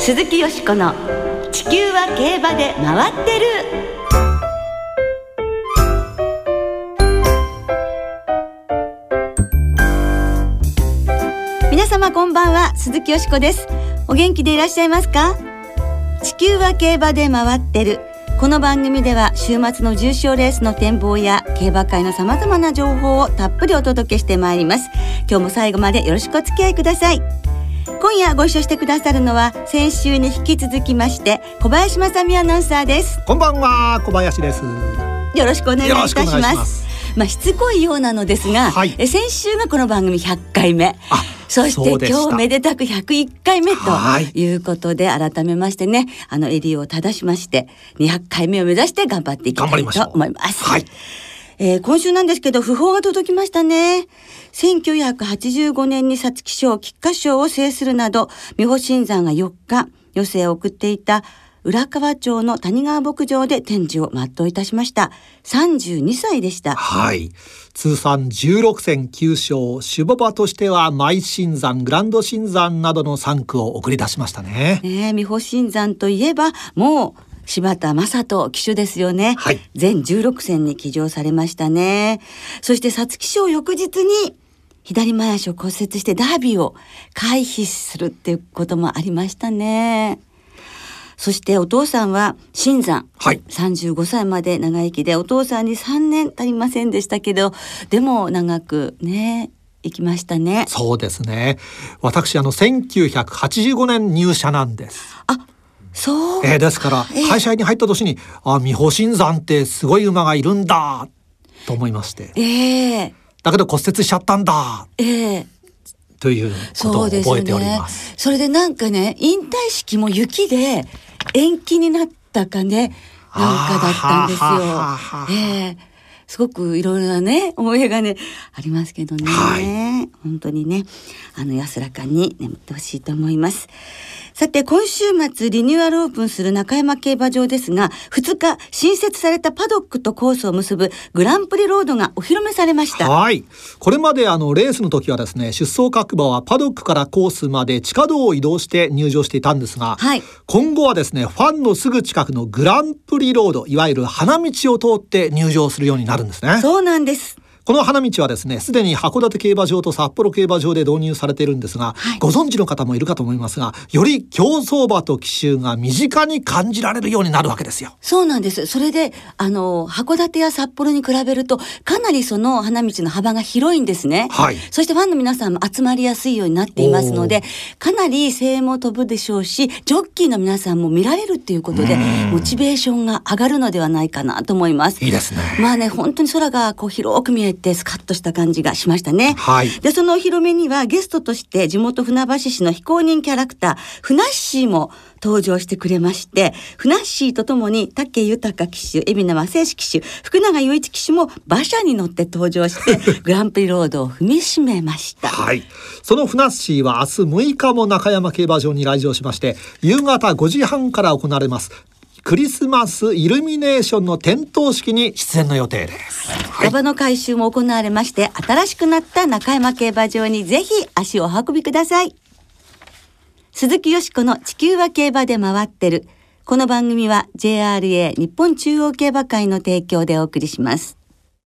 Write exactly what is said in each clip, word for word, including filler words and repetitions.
鈴木よしこの地球は競馬で回ってる。皆様こんばんは、鈴木よしこです。お元気でいらっしゃいますか？地球は競馬で回ってる。この番組では週末の重賞レースの展望や競馬界のさまざまな情報をたっぷりお届けしてまいります。今日も最後までよろしくお付き合いください。今夜ご一緒してくださるのは先週に引き続きまして小林正美アナウンサーです。 こんばんは、小林です。 よろしくお願いいたします。 ますまあ、しつこいようなのですが、はい、え先週がこの番組ひゃっかいめ、 あそして今日めでたくひゃくいっかいめということで、改めましてね、あの襟を正しましてにひゃっかいめを目指して頑張っていきたいと思います。 はい、 えー、今週なんですけど訃報が届きましたね。せんきゅうひゃくはちじゅうごねんに皐月賞菊花賞を制するなど美保新山がよっか余生を送っていた浦河町の谷川牧場で展示を全ういたしました。さんじゅうにさいでした。 はい、通算じゅうろくせんきゅうしょう、種牡馬としては舞新山、グランド新山などのさんくを送り出しましたね。 ね、美保新山といえばもう柴田正人騎手ですよね。 はい、 全じゅうろくせんに騎乗されましたね。そして皐月賞翌日に左前足を骨折してダービーを回避するっていうこともありましたね。そしてお父さんは新山、 はい、 さんじゅうごさいまで長生きで、お父さんにさんねん足りませんでしたけど、でも長くね生きましたね。 そうですね。私あのせんきゅうひゃくはちじゅうごねん入社なんです。 あ、そう、 えー、ですから会社に入った年に、えー、あ美保新山ってすごい馬がいるんだと思いまして、 えー、 だけど骨折しちゃったんだ、 えーということを覚えております。 そうですね。それでなんかね、引退式も雪で延期になったかね、なんかだったんですよ。えー、すごくいろいろなね思い出がねありますけどね、 はい、 本当にね、あの安らかに眠ってほしいと思います。さて今週末リニューアルオープンする中山競馬場ですが、ふつか新設されたパドックとコースを結ぶグランプリロードがお披露目されました。 はい、これまであのレースの時はですね、出走各馬はパドックからコースまで地下道を移動して入場していたんですが、 はい、 今後はですねファンのすぐ近くのグランプリロード、いわゆる花道を通って入場するようになるんですね。 そうなんです。 この花道はですね、すでに函館競馬場と札幌競馬場で導入されているんですが、はい、ご存知の方もいるかと思いますが、より競走馬と騎手が身近に感じられるようになるわけですよ。 そうなんです。それであの函館や札幌に比べるとかなりその花道の幅が広いんですね。 はい、 そしてファンの皆さんも集まりやすいようになっていますので、かなり声援も飛ぶでしょうし、ジョッキーの皆さんも見られるっていうことでモチベーションが上がるのではないかなと思います。 いいですね。 まあね、本当に空がこう広く見えてスカッとした感じがしましたね。 はい、 でそのお披露目にはゲストとして地元船橋市の非公認キャラクターふなっしーも登場してくれまして、ふなっしーとともに武豊騎手、海老名正義騎手、福永雄一騎手も馬車に乗って登場してグランプリロードを踏みしめました。 はい、そのふなっしーは明日むいかも中山競馬場に来場しまして、夕方ごじはんから行われますクリスマスイルミネーションの点灯式に出演の予定です。はい、 馬場の改修も行われまして、新しくなった中山競馬場にぜひ足をお運びください。鈴木よしこの地球は競馬で回ってる。この番組は ジェイアールエー 日本中央競馬会の提供でお送りします。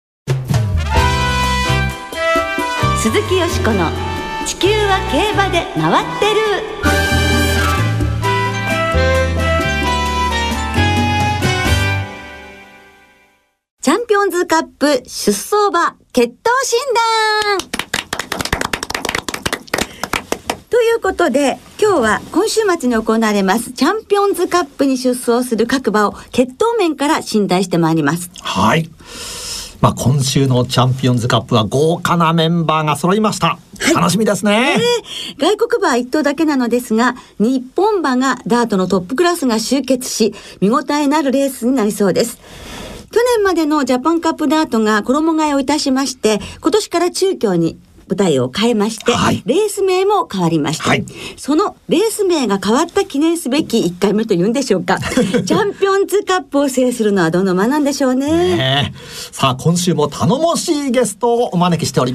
鈴木よしこの地球は競馬で回ってる。チャンピオンズカップ出走馬血統診断ということで、今日は今週末に行われますチャンピオンズカップに出走する各馬を血統面から診断してまいります。 はい、まあ、今週のチャンピオンズカップは豪華なメンバーが揃いました。はい、楽しみですね。 えー、外国馬は一頭だけなのですが、日本馬がダートのトップクラスが集結し、見応えのあるレースになりそうです。去年までのジャパンカップダートが衣替えをいたしまして、今年から中京に舞台を変えまして、はい、レース名も変わりました、はい、そのレース名が変わった記念すべきいっかいめというんでしょうかチャンピオンズカップを制するのはどの馬なんでしょう ね, ねさあ今週も頼もしいゲストをお招きしております。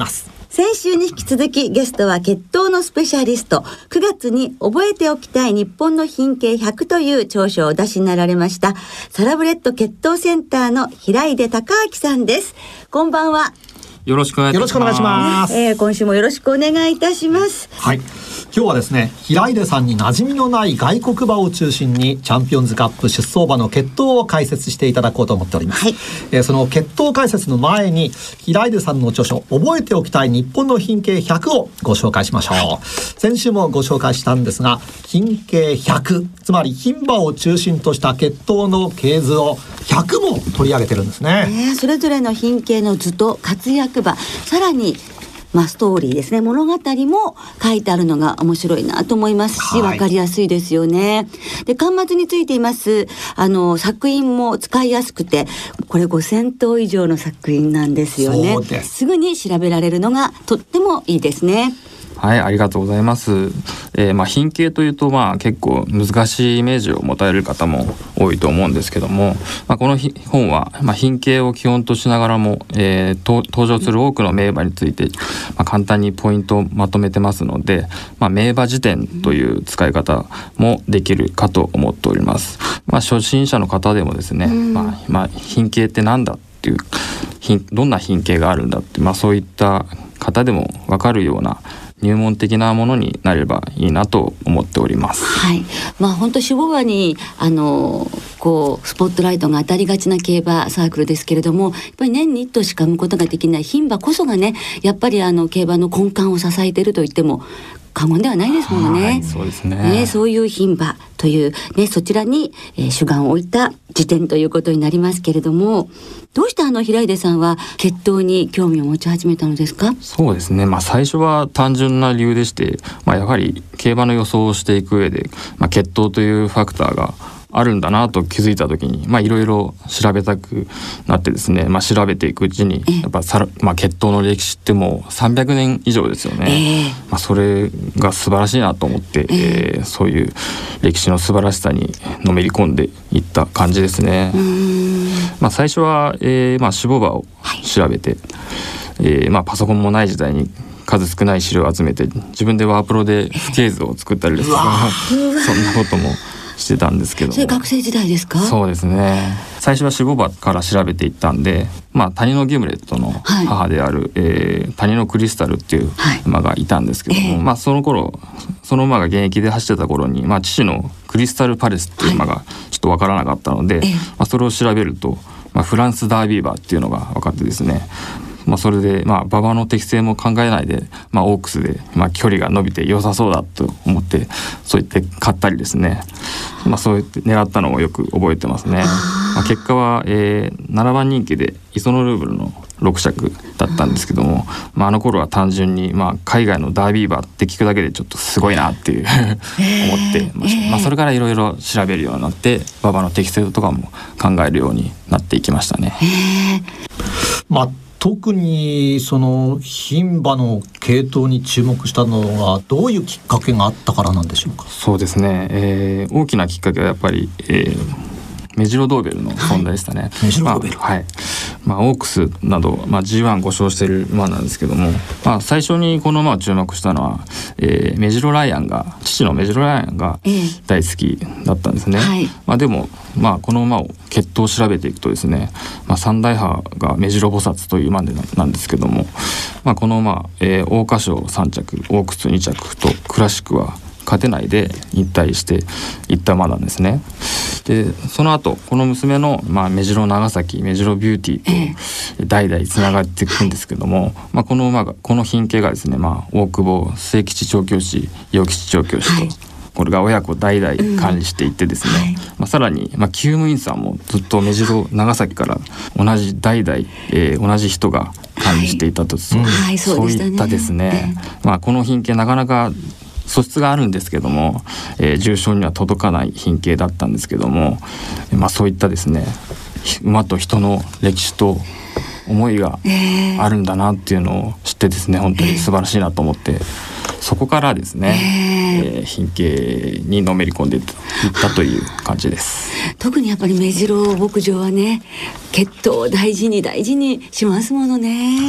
先週に引き続きゲストは血統のスペシャリスト、くがつに覚えておきたい日本の貧血ひゃくという長所をお出しになられましたサラブレッド血統センターの平出孝明さんです。こんばんは。 よろしくお願いします。 よろしくお願いします。 えー、今週もよろしくお願いいたします。 はい。今日はですね、平出さんに馴染みのない外国馬を中心にチャンピオンズカップ出走馬の血統を解説していただこうと思っております。はい、えー、その血統解説の前に平出さんの著書覚えておきたい日本の貧血ひゃくをご紹介しましょう。はい、先週もご紹介したんですが、貧血ひゃく、つまり牝馬を中心とした血統の系図をひゃくも取り上げてるんですね。 えー、それぞれの貧血の図と活躍馬、さらにまあ、ストーリーですね、物語も書いてあるのが面白いなと思いますし、分かりやすいですよね。で、巻末についていますあの作品も使いやすくて、これごせんとう以上の作品なんですよね。す。すぐに調べられるのがとってもいいですね。 はい、ありがとうございます。えー、まあ貧血というとまあ結構難しいイメージを持たれる方も多いと思うんですけども、まあ、この本はまあ貧血を基本としながらも、えー、と登場する多くの名馬について、まあ、簡単にポイントをまとめてますので、まあ、名馬辞典という使い方もできるかと思っております。まあ、初心者の方でもですね、まあまあ、貧血ってなんだっていう、どんな貧血があるんだって、まあ、そういった方でも分かるような入門的なものになればいいなと思っております。 はい、まあ本当種牡馬にあのこうスポットライトが当たりがちな競馬サークルですけれども、やっぱり年に一頭しか産むことができない牝馬こそがね、やっぱりあの競馬の根幹を支えていると言っても過言ではないですもんね。 はい、そうですね。 ね、そういう牝馬というね、そちらに、えー、主眼を置いた辞典ということになりますけれども、どうしてあの平出さんは血統に興味を持ち始めたのですか？ そうですね、まあ、最初は単純な理由でして、まあ、やはり競馬の予想をしていく上で、まあ、血統というファクターがあるんだなと気づいた時に、まあ、いろいろ調べたくなってですね、まあ、調べていくうちにやっぱさ、まあ、血統の歴史ってもうさんびゃくねん以上ですよね。えーまあ、それが素晴らしいなと思って、えーえー、そういう歴史の素晴らしさにのめり込んでいった感じですね。うーん、まあ、最初は、えーまあ、種牡馬を調べて、はい、えーまあ、パソコンもない時代に数少ない資料を集めて自分でワープロで不景図を作ったりですとかそんなこともしてたんですけども。 それ学生時代ですか？ そうですね。最初は種牡馬から調べていったんで、まあ、谷のギムレットの母である、はい、えー、谷のクリスタルっていう馬がいたんですけども、はい、まあ、その頃その馬が現役で走ってた頃に、まあ、父のクリスタルパレスっていう馬がちょっと分からなかったので、はい、まあ、それを調べると、まあ、フランスダービー馬っていうのが分かってですね、まあ、それで、まあ、馬場の適性も考えないで、まあ、オークスで、まあ、距離が伸びて良さそうだと思ってそう言って買ったりですね、まあ、そうやって狙ったのをよく覚えてますね。まあ、結果は、えー、ななばん人気でイソノルーブルのろく着だったんですけども、まあ、あの頃は単純に、まあ、海外のダービー馬って聞くだけでちょっとすごいなっていう思ってました。まあ、それからいろいろ調べるようになって馬場の適性とかも考えるようになっていきましたね。 まあ特にその牝馬の系統に注目したのはどういうきっかけがあったからなんでしょうか？ そうですね、えー、大きなきっかけはやっぱり、えー、メジロドーベルの存在でしたね。はい、 メジロドーベル、 まあ、はい、まあ、オークスなど、まあ、ジーワン ご勝している馬なんですけども、まあ、最初にこの馬を注目したのは、えー、メジロライアンが父のメジロライアンが大好きだったんですね。はい、まあ、でも、まあ、この馬を血統を調べていくとですね、まあ、三大派がメジロ菩薩という馬でなんですけども、まあ、この馬、えー、桜花賞さん着オークスに着とクラシックは勝てないで引退していった馬なんですね。でその後この娘の、まあ、メジロ長崎メジロビューティーと代々つながっていくんですけども、まあ、この馬がこの品系がですね、まあ、大久保末吉調教師陽吉調教師と、はい、これが親子代々管理していってですね、うん、はい、まあ、さらに、まあ、厩務員さんもずっとメジロ長崎から同じ代々、えー、同じ人が管理していたと、はい、そう、そういったですね、えーまあ、この品系なかなか素質があるんですけども、えー、重賞には届かない品系だったんですけども、まあ、そういったですね馬と人の歴史と思いがあるんだなっていうのを知ってですね、本当に素晴らしいなと思って、えー、そこからですね、えー、品系にのめり込んでいったという感じです。 特にやっぱりメジロ牧場はね血統を大事に大事にしますものね。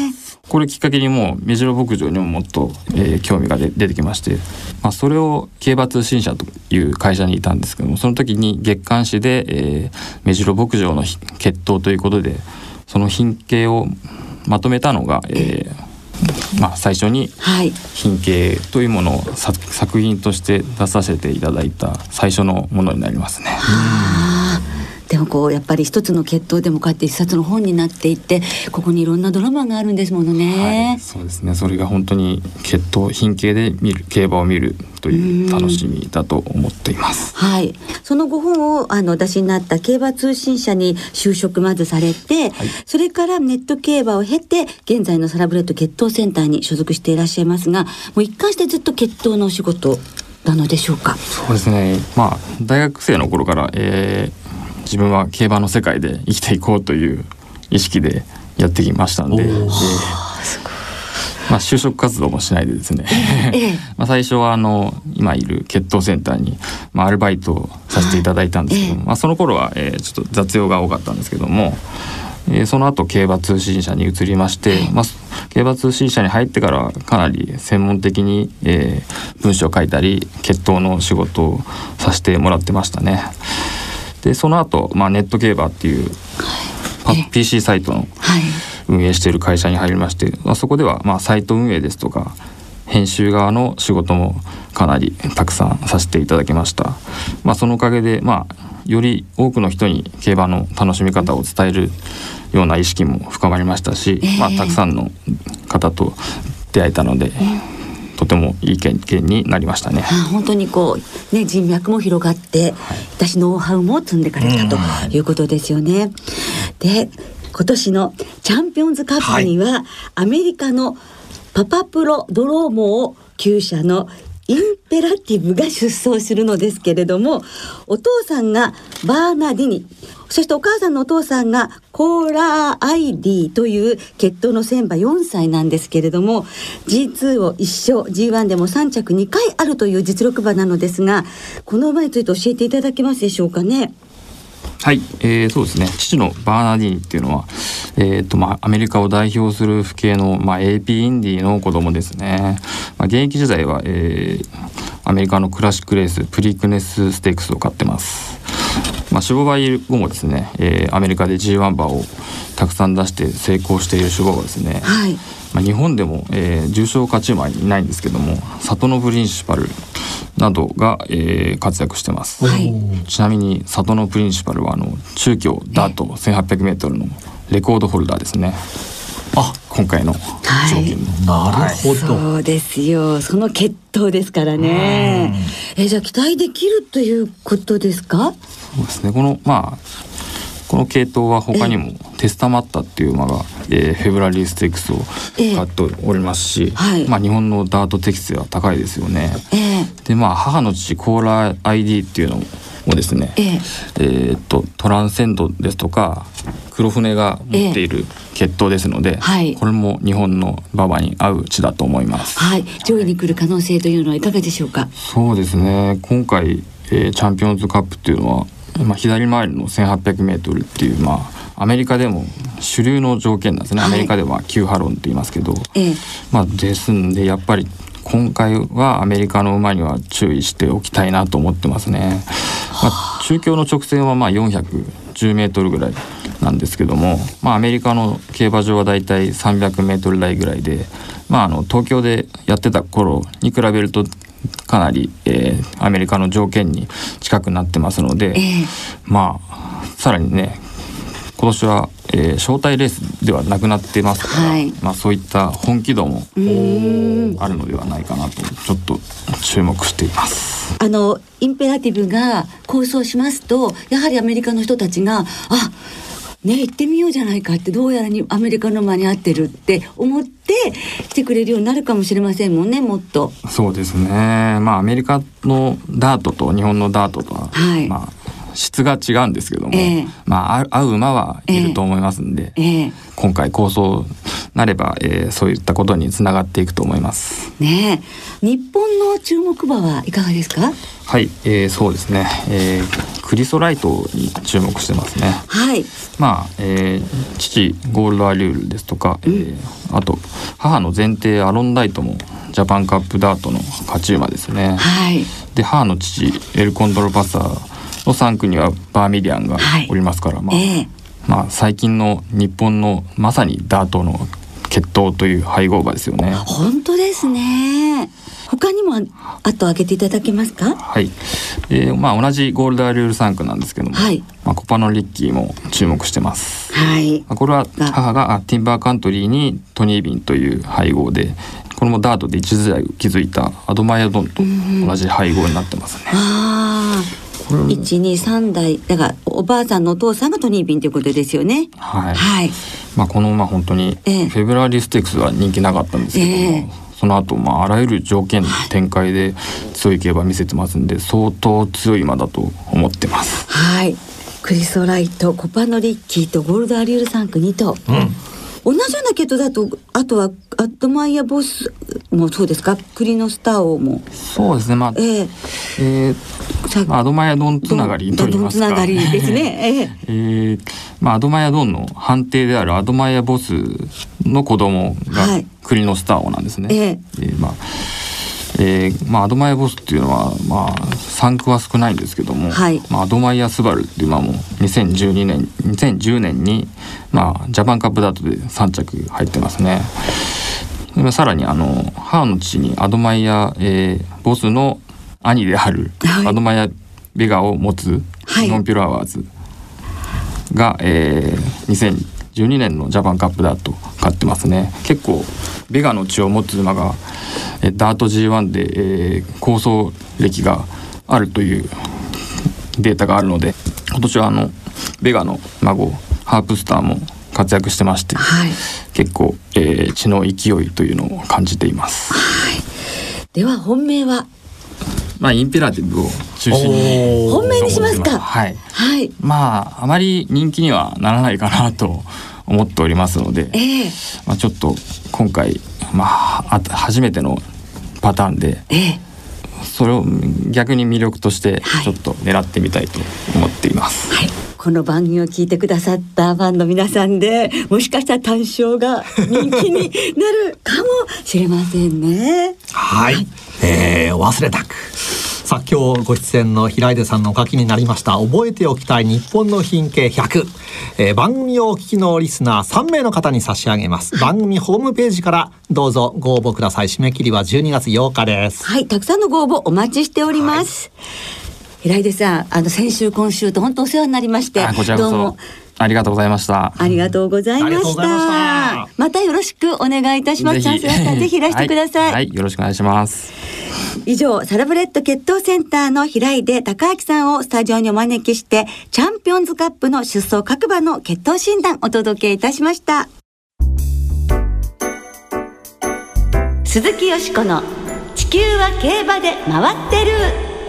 これきっかけにもう目白牧場にももっと、えー、興味がで出てきまして、まあ、それを競馬通信社という会社にいたんですけども、その時に月刊誌で、えー、目白牧場の血統ということでその品系をまとめたのが、えーまあ、最初に品系というものを作品として出させていただいた最初のものになりますね。 はあ、でもこうやっぱり一つの血統でもこうやって一冊の本になっていってここにいろんなドラマがあるんですものね。 はい、そうですね。それが本当に血統品系で見る競馬を見るという楽しみだと思っています。 はい、そのご本をあのお出しになった競馬通信社に就職まずされて、はい、それからネット競馬を経て現在のサラブレッド血統センターに所属していらっしゃいますが、もう一貫してずっと血統のお仕事なのでしょうか。 そうですね、まあ、大学生の頃から、えー、自分は競馬の世界で生きていこうという意識でやってきましたので、えーまあ、就職活動もしないでですねまあ最初はあの今いる血統センターに、まあ、アルバイトをさせていただいたんですけども、まあ、その頃は、えー、ちょっと雑用が多かったんですけども、えー、その後競馬通信社に移りまして、まあ、競馬通信社に入ってからはかなり専門的に、えー、文章を書いたり血統の仕事をさせてもらってましたね。でその後、まあ、ネット競馬っていう、はい、ピーシー サイトの運営している会社に入りまして、まあ、そこではまあサイト運営ですとか編集側の仕事もかなりたくさんさせていただきました。まあ、そのおかげで、まあ、より多くの人に競馬の楽しみ方を伝えるような意識も深まりましたし、えーまあ、たくさんの方と出会えたので、えー、とてもいい経験になりましたね。 あ、本当にこう、ね、人脈も広がって、はい、私ノウハウも積んでかれたということですよね。で今年のチャンピオンズカップには、はい、アメリカのパパプロドローモきゅう社のインペラティブが出走するのですけれども、お父さんがバーナディニ、そしてお母さんのお父さんがコーラーアイディという血統の戦馬よんさいなんですけれども、 ジーツー をいっ勝 ジーワン でもさん着にかいあるという実力馬なのですが、この馬について教えていただけますでしょうかね。 はい、えー、そうですね。父のバーナディーニっていうのは、えーとまあ、アメリカを代表する父系の、まあ、エーピー インディの子供ですね。まあ、現役時代は、えー、アメリカのクラシックレースプリクネスステークスを買ってます。まあ、種馬場後もですね、えー、アメリカで ジーワン 馬をたくさん出して成功している種馬場ですね。はい、まあ、日本でも、えー、重賞勝ち馬いないんですけども、サトノプリンシパルなどが、えー、活躍してます。はい、ちなみにサトノプリンシパルはあの中京ダート せんはっぴゃくメートルのレコードホルダーですね。あ、今回の賞金の、 はい、なるほど、 そうですよ。その血統ですからね。えじゃあ期待できるということですか。 そうですね。このまあこの系統は他にもテスタマッタっていう馬が、えー、フェブラリーステークスを買っておりますし、はい、まあ、日本のダート適性は高いですよね。えー、でまあ母の父コーラ アイディー っていうのもですね、えーえー、っとトランセンドですとか黒船が持っている血統ですので、えーはい、これも日本の馬場に合う血だと思います。 はい、上位に来る可能性というのはいかがでしょうか。 そうですね。今回、えー、チャンピオンズカップっていうのはまあ、左回りの せんはっぴゃくメートルっていう、まあ、アメリカでも主流の条件なんですね。アメリカでは急ハロンって言いますけど、ええ、まあ、ですんでやっぱり今回はアメリカの馬には注意しておきたいなと思ってますね。まあ、中京の直線はまあよんひゃくじゅうメートルぐらいなんですけども、まあ、アメリカの競馬場はだいたいさんびゃくメートル台ぐらいで、まあ、あの東京でやってた頃に比べるとかなり、えー、アメリカの条件に近くなってますので、えー、まあさらにね今年は、えー、招待レースではなくなってますから、はい、まあ、そういった本気度もあるのではないかなとちょっと注目しています。 あのインペラティブが構想しますとやはりアメリカの人たちがあね、行ってみようじゃないかってどうやらにアメリカの間に合ってるって思って来てくれるようになるかもしれませんもんね。もっとそうですね。まあアメリカのダートと日本のダートとは、はい、まあ質が違うんですけども、えー、まあ合う馬はいると思いますんで、えーえー、今回構想なれば、えー、そういったことにつながっていくと思いますね。日本の注目馬はいかがですか。 はい、えー、そうですね、えー、 クリソライトに注目してますね。 はい。 まあ、えー、父ゴールドアリュールですとか、うん、えー、あと母の前提アロンダイトもジャパンカップダートの勝ち馬ですね。 はい。 で母の父エルコンドルパサーのさんくにはバーミリアンがおりますから、はい、まあ、えー、まあ最近の日本のまさにダートの血統という配合馬ですよね。 本当ですね。他にもあと挙げていただけますか。 はい、えーまあ、同じゴールドアリュールさんくなんですけども、はい、まあ、コパノリッキーも注目してます。 はい、 これは母がティンバーカントリーにトニービンという配合で、これもダートで一時代を築いたアドマイヤドンと同じ配合になってますね。 ああ、いちにさんだいだからおばあさんのお父さんがトニービンということですよね。 はい、 はい、 まあ、この馬本当にフェブラリーステークスは人気なかったんですけども、えー、その後、まあ、あらゆる条件展開で強い競馬見せてますんで、相当強い馬だと思ってます。 はい、クリソライト、コパノリッキーとゴールドアリュールさんくにと、うん、同じような系統だと、あとはアッドマイヤボスもそうですか。クリノスター王もそうですね。まあ、えーえーまあ、アドマイヤドンつながりと言いますか、 ドンつながりですね。 えーえーまあ、アドマイヤドンの判定であるアドマイヤボスの子供がクリノスター王なんですね。はい、えーえーまあえーまあ、アドマイヤボスっていうのは、まあ、産区は少ないんですけども、はい、まあ、アドマイヤスバルっていう馬もにせんじゅうにねんにせんじゅうねんに、まあ、ジャパンカップダートでさん着入ってますね。さらにあの母の父にアドマイヤ、えー、ボスの兄であるアドマイヤベガを持つノンピュラワーズが、えー、にせんじゅうにねんのジャパンカップダート勝ってますね。結構ベガの血を持つ馬がダート ジーワン で、えー、構想歴があるというデータがあるので、今年はあのベガの孫ハープスターも活躍してまして、はい、結構、えー、血の勢いというのを感じています。 はい、では本命は、 まあ、インペラティブを中心に本命にしますか。 はい、はい、まああまり人気にはならないかなと思っておりますので、えーまあ、ちょっと今回、まあ、初めてのパターンで、えー、それを逆に魅力としてちょっと狙ってみたいと思っています。 はいはい、この番組を聞いてくださったファンの皆さんで、もしかしたら単勝が人気になるかもしれませんね。 はい、はい、えー、お忘れたくさあ、今日ご出演の平出さんのお書きになりました覚えておきたい日本の品系ひゃく、えー、番組をお聞きのリスナーさんめいの方に差し上げます。番組ホームページからどうぞご応募ください。締め切りはじゅうにがつようかです。 はい、たくさんのご応募お待ちしております。はい、平出さん、あの先週今週と本当お世話になりまして、 こちらこそどうもありがとうございました。 ありがとうございました。またよろしくお願いいたします。チャンスがあったらぜひいらしてください。 はい、はい、よろしくお願いします。 以上、サラブレッド血統センターの平出孝明さんをスタジオにお招きして、チャンピオンズカップの出走各馬の血統診断お届けいたしました。鈴木よしこの地球は競馬で回ってる。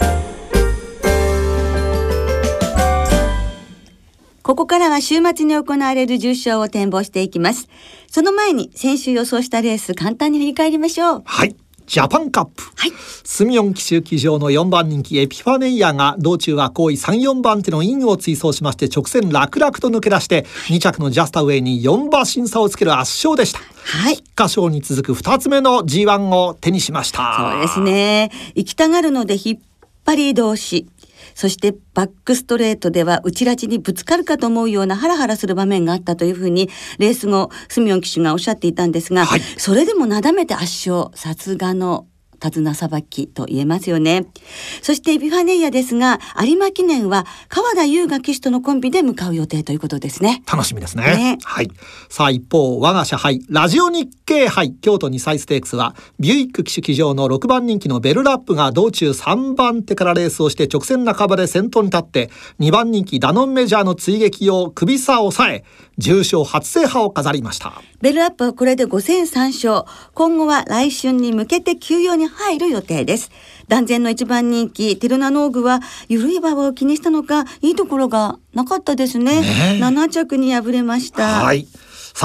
ここからは週末に行われる重賞を展望していきます。その前に先週予想したレース簡単に振り返りましょう。 はい、ジャパンカップ、はい、スミヨン騎手騎乗のよんばん人気エピファネイアが道中は後位さん、よんばん手のインを追走しまして、直線楽々と抜け出して、はい、に着のジャスタウェイによんばしん差をつける圧勝でした。はい、菊花賞に続くふたつめの ジーワン を手にしました。 そうですね、行きたがるので引っ張り同士、そしてバックストレートでは内ラチにぶつかるかと思うようなハラハラする場面があったというふうにレース後スミヨン騎手がおっしゃっていたんですが、はい、それでもなだめて圧勝、さすがの手綱さばきと言えますよね。そしてエピファネイアですが、有馬記念は川田優雅騎手とのコンビで向かう予定ということですね。 楽しみですね。ね、はい。さあ一方、我が社杯ラジオ日経杯京都にさいステークスはビュイック騎手騎乗のろくばん人気のベルラップが道中さんばん手からレースをして直線半ばで先頭に立って、にばん人気ダノンメジャーの追撃を首差を抑え重賞初制覇を飾りました。 ベルアップはこれでご戦さん勝、今後は来春に向けて休養に入る予定です。断然のいちばん人気テルナノーグは緩い馬場を気にしたのかいいところがなかったですね。ね、なな着に敗れました。 はい。さあ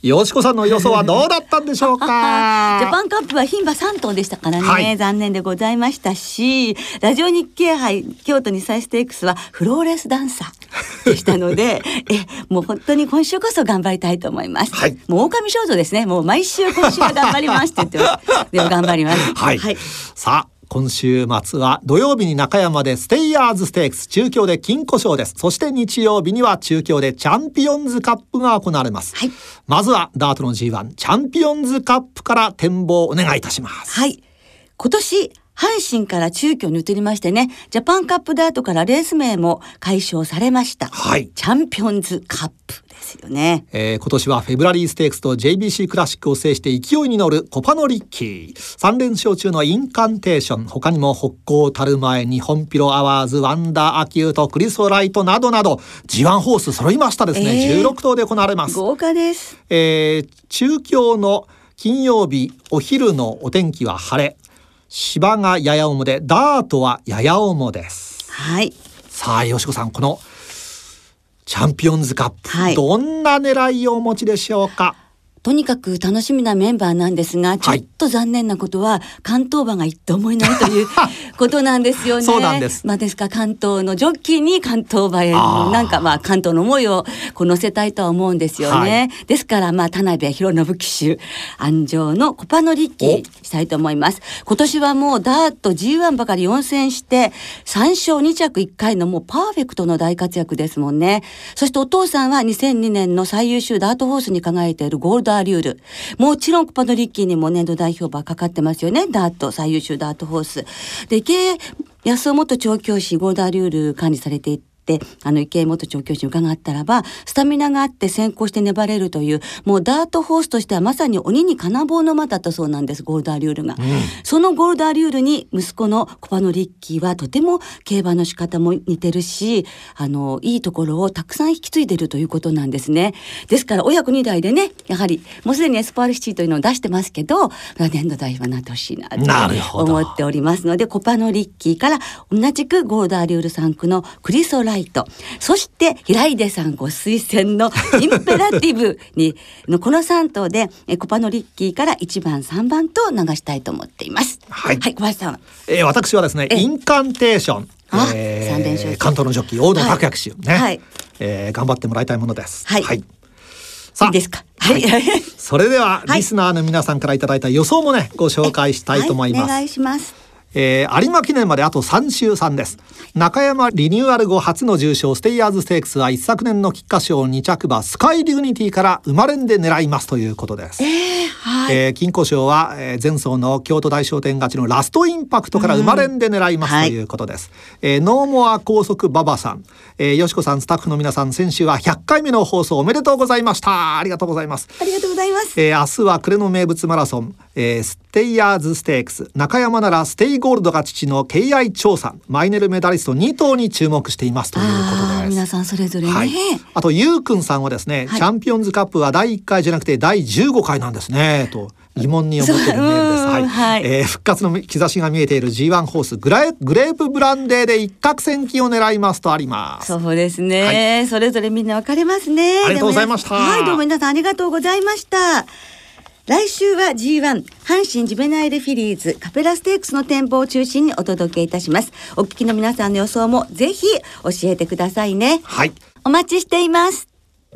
よしこさんの予想はどうだったんでしょうか。 ジャパンカップは牝馬さん頭でしたからね、はい、残念でございましたし、ラジオ日経杯京都にさいステークスはフローレスダンサーでしたのでえもう本当に今週こそ頑張りたいと思います、はい、もう狼少女ですね。もう毎週今週は頑張りますって言ってますでも頑張ります、 はいはい、さあ今週末は土曜日に中山でステイヤーズステークス、中京で金庫賞です。そして日曜日には中京でチャンピオンズカップが行われます、はい、まずはダートの ジーワン チャンピオンズカップから展望お願いいたします。 はい、今年阪神から中京に移りましてね、ジャパンカップダートからレース名も改称されました、はい、チャンピオンズカップですよね、 えー、今年はフェブラリーステークスと ジェイビーシー クラシックを制して勢いに乗るコパノリッキー、さん連勝中のインカンテーション、他にも北高たる前、日本ピロアワーズ、ワンダーアキュート、クリソライトなどなど ジーワン ホース揃いましたですね、えー、じゅうろく頭で行われます。 豪華です、 えー、中京の金曜日お昼のお天気は晴れ、芝がやや重でダートはやや重です。 はい。 さあよしこさん、このチャンピオンズカップ、 はい、 どんな狙いをお持ちでしょうか。 とにかく楽しみなメンバーなんですが、ちょっと残念なことは関東馬が一頭もいないということなんですよね。 そうなんです。 まあですから関東のジョッキーに関東馬へなんかまあ関東の思いをこう乗せたいとは思うんですよね、はい、ですからまあ田辺弘信騎手安城のコパノリッキーしたいと思います。今年はもうダート ジーワン ばかりよん戦してさん勝に着いっ回のもうパーフェクトの大活躍ですもんね。そしてお父さんはにせんにねんの最優秀ダートホースに輝いているゴールドアリュール、もちろんコパノリッキーにも年度代表馬かかってますよね。ダート最優秀ダートホースで、池江康夫元調教師ゴールドアリュール管理されていて、あの池江元調教師に伺ったらば、スタミナがあって先行して粘れるという、もうダートホースとしてはまさに鬼に金棒の馬だったそうなんです、ゴールドアリュールが、うん、そのゴールドアリュールに息子のコパノリッキーはとても競馬の仕方も似てるし、あのいいところをたくさん引き継いでるということなんですね。ですから親子に代でね、やはりもうすでにエスパールシティというのを出してますけど、年度代表になってほしいなと思っておりますので、コパノリッキーから同じくゴールドアリュールさん区のクリソライト、そして平出さんご推薦のインペラティブにのこのさん頭でコパノリッキーからいちばんさんばんと流したいと思っています。はい、はい、小林さん、 えー、私はですねインカンテーション、えー、さん連勝関東のジョッキー大野拓也騎手ね、はい、えー、頑張ってもらいたいものです。 はい、はい、さあいいですか。はい、はい、 それではリスナーの皆さんからいただいた予想もねご紹介したいと思います。 はい、お願いします。 えー、有馬記念まであとさん週さんです。中山リニューアル後初の重賞ステイヤーズステークスは一昨年の菊花賞に着馬スカイディグニティから生まれんで狙いますということです。えーはい、えー、金庫賞は、えー、前走の京都大賞典勝ちのラストインパクトから生まれんで狙いますということです。はい、えー、ノーモア高速馬場さん、えー、よしこさんスタッフの皆さん、先週はひゃっかいめの放送おめでとうございました。ありがとうございます。 ありがとうございます。 えー、明日は暮れの名物マラソン、えー、ステイヤーズステークス、中山ならステイゴールドが父のケーアイ 張さん、マイネルメダリストに頭に注目していますということです。 皆さんそれぞれね、はい、 あとゆうくんさんはですね、はい、チャンピオンズカップはだいいっかいじゃなくてだいじゅうごかいなんですねと疑問に思っているメールです。はいはい、えー、復活の兆しが見えている ジーワン ホースグレグレープブランデーで一攫千金を狙いますとあります。 そうですね、はい、それぞれみんな分かれますね。 ありがとうございました。 はい、どうも皆さんありがとうございました。来週は ジーワン 阪神ジュベナイルフィリーズカペラステークスの展望を中心にお届けいたします。お聞きの皆さんの予想もぜひ教えてくださいね。 はい、 お待ちしています。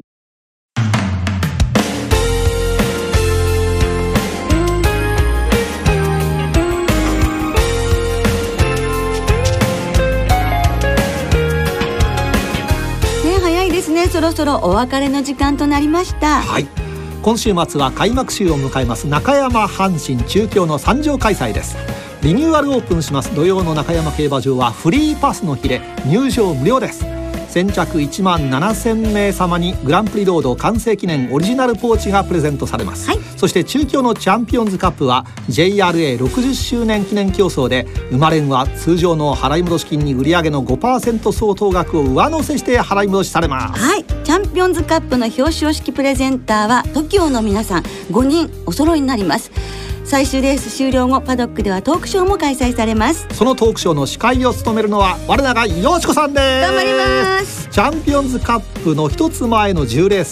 ね、早いですね。そろそろお別れの時間となりました。 はい、今週末は開幕週を迎えます中山阪神中京のさん場開催です。リニューアルオープンします土曜の中山競馬場はフリーパスの日で入場無料です。先着いちまんななせんめい様にグランプリロード完成記念オリジナルポーチがプレゼントされます。はい、そして中京のチャンピオンズカップは ジェイアールエーろくじゅっしゅうねん記念競争で生まれんは通常の払い戻し金に売上の ごパーセント 相当額を上乗せして払い戻しされます。 はい、チャンピオンズカップの表彰式プレゼンターは トキオ の皆さんごにんお揃いになります。最終レース終了後パドックではトークショーも開催されます。 そのトークショーの司会を務めるのは我らがよしこさんです。 頑張ります。 チャンピオンズカップの一つ前のじゅうレースは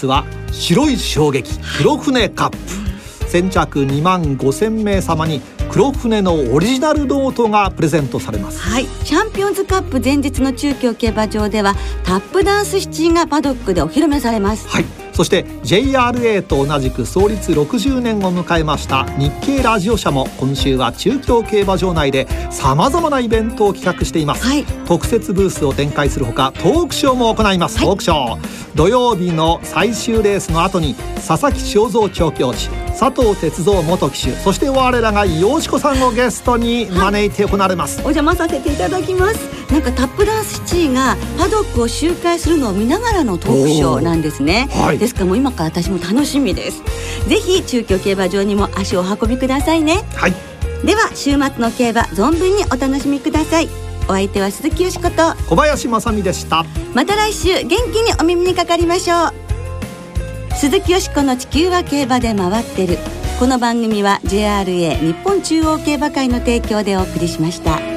白い衝撃黒船カップ、先着にまんごせんめい様に黒船のオリジナルノートがプレゼントされます。 はい、チャンピオンズカップ前日の中京競馬場ではタップダンスシティがパドックでお披露目されます。 はい、そして ジェイアールエー と同じく創立ろくじゅうねんを迎えました日経ラジオ社も今週は中京競馬場内でさまざまなイベントを企画しています。 はい、 特設ブースを展開するほかトークショーも行います。はい、トークショー土曜日の最終レースの後に佐々木正蔵調教師、佐藤哲三元騎手、そして我らがよしこさんをゲストに招いて行われます。 はい、お邪魔させていただきます。なんかタップダンスシティがパドックを周回するのを見ながらのトークショーなんですね。はい、ですからもう今から私も楽しみです。ぜひ中京競馬場にも足をお運びくださいね。 はい、 では週末の競馬存分にお楽しみください。お相手は鈴木よしこと小林正美でした。 また来週元気にお耳にかかりましょう。鈴木よしこの地球は競馬で回ってる。この番組は ジェイアールエー 日本中央競馬会の提供でお送りしました。